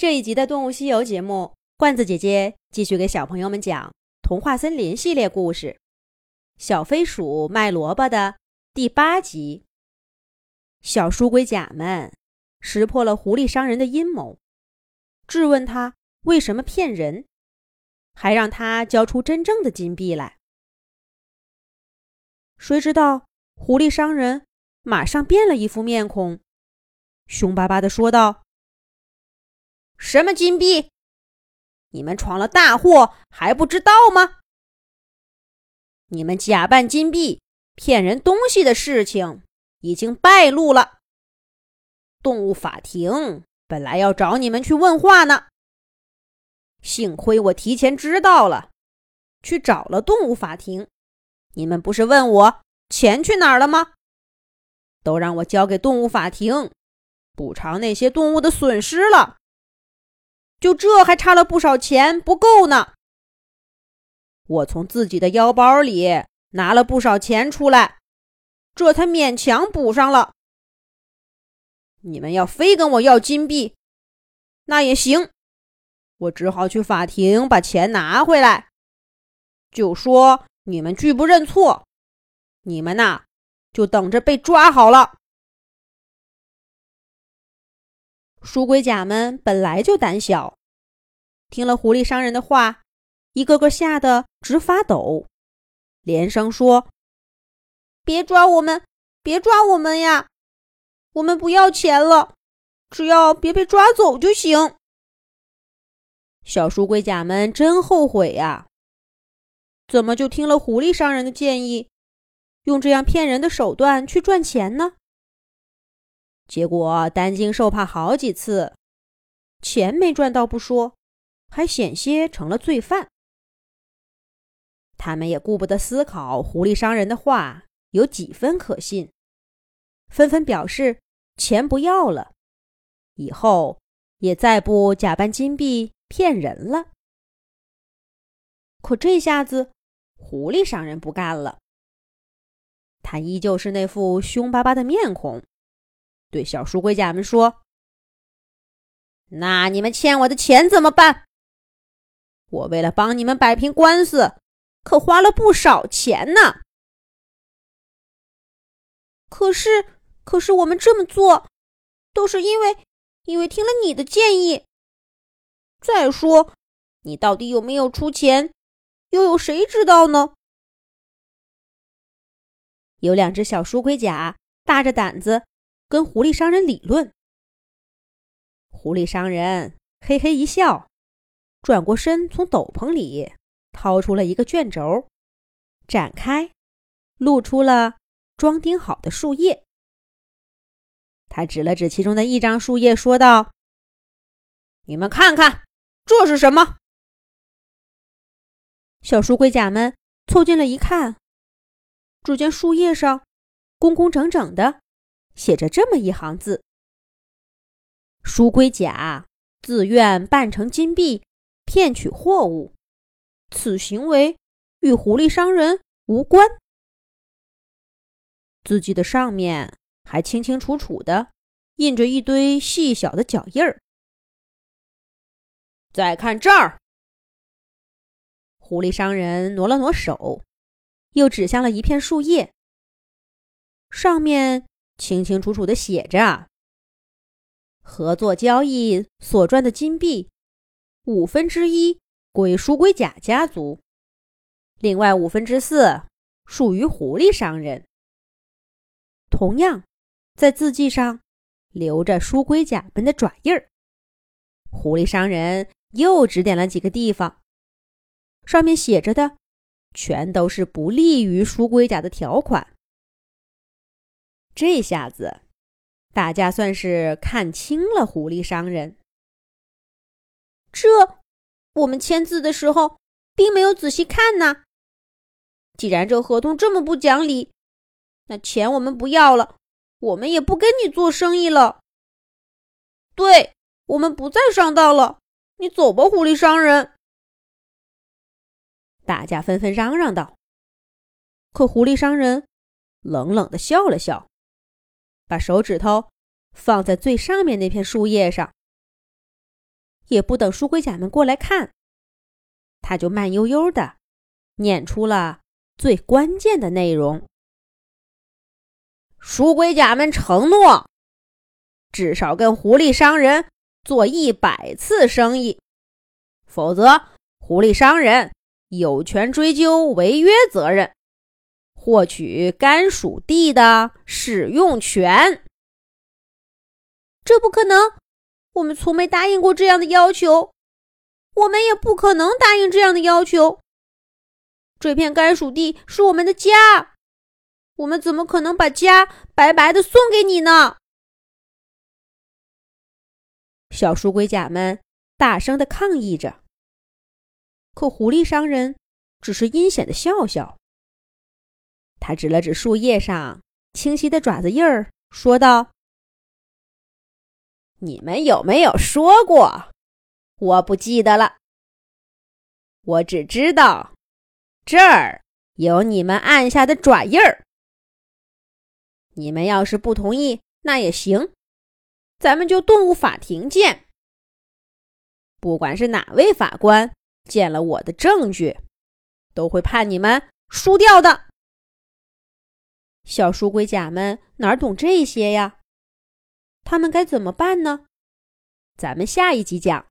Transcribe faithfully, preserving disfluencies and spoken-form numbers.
这一集的《动物西游》节目，罐子姐姐继续给小朋友们讲《童话森林》系列故事《小飞鼠卖萝卜》的第八集。小书龟甲们识破了狐狸商人的阴谋，质问他为什么骗人，还让他交出真正的金币来。谁知道狐狸商人马上变了一副面孔，凶巴巴地说道：什么金币？你们闯了大祸还不知道吗？你们假扮金币骗人东西的事情已经败露了。动物法庭本来要找你们去问话呢，幸亏我提前知道了，去找了动物法庭。你们不是问我钱去哪儿了吗？都让我交给动物法庭，补偿那些动物的损失了。就这还差了不少钱，不够呢。我从自己的腰包里拿了不少钱出来，这才勉强补上了。你们要非跟我要金币，那也行，我只好去法庭把钱拿回来，就说你们拒不认错，你们呐，就等着被抓好了。书龟甲们本来就胆小，听了狐狸商人的话，一个个吓得直发抖，连声说：别抓我们，别抓我们呀，我们不要钱了，只要别被抓走就行。小书龟甲们真后悔呀，怎么就听了狐狸商人的建议，用这样骗人的手段去赚钱呢？结果担惊受怕好几次，钱没赚到不说，还险些成了罪犯。他们也顾不得思考狐狸商人的话有几分可信，纷纷表示钱不要了，以后也再不假扮金币骗人了。可这下子狐狸商人不干了，他依旧是那副凶巴巴的面孔，对小书龟甲们说：那你们欠我的钱怎么办？我为了帮你们摆平官司，可花了不少钱呢。可是，可是我们这么做，都是因为，因为听了你的建议。再说，你到底有没有出钱，又有谁知道呢？有两只小书龟甲大着胆子跟狐狸商人理论。狐狸商人嘿嘿一笑，转过身从斗篷里掏出了一个卷轴，展开，露出了装订好的树叶。他指了指其中的一张树叶，说道：你们看看，这是什么？小书龟甲们凑近了一看，只见树叶上工工整整的写着这么一行字：书龟甲自愿扮成金币骗取货物，此行为与狐狸商人无关。字迹的上面还清清楚楚地印着一堆细小的脚印儿。再看这儿，狐狸商人挪了挪手，又指向了一片树叶，上面清清楚楚地写着：合作交易所赚的金币，五分之一归书龟甲家族，另外五分之四属于狐狸商人。同样，在字迹上留着书龟甲们的爪印儿。狐狸商人又指点了几个地方，上面写着的全都是不利于书龟甲的条款。这下子大家算是看清了狐狸商人。这，我们签字的时候并没有仔细看呢。既然这合同这么不讲理，那钱我们不要了，我们也不跟你做生意了。对，我们不再上当了，你走吧，狐狸商人。大家纷纷嚷嚷道。可狐狸商人冷冷地笑了笑，把手指头放在最上面那片树叶上， 也不等书龟甲们过来看，他就慢悠悠地念出了最关键的内容。书龟甲们承诺，至少跟狐狸商人做一百次生意，否则狐狸商人有权追究违约责任，获取甘薯地的使用权。这不可能，我们从没答应过这样的要求，我们也不可能答应这样的要求。这片甘薯地是我们的家，我们怎么可能把家白白的送给你呢？小书龟甲们大声地抗议着，可狐狸商人只是阴险地笑笑。他指了指树叶上清晰的爪子印儿，说道：你们有没有说过？我不记得了。我只知道这儿有你们按下的爪印儿。你们要是不同意，那也行，咱们就动物法庭见。不管是哪位法官见了我的证据，都会判你们输掉的。小书龟甲们哪懂这些呀？他们该怎么办呢？咱们下一集讲。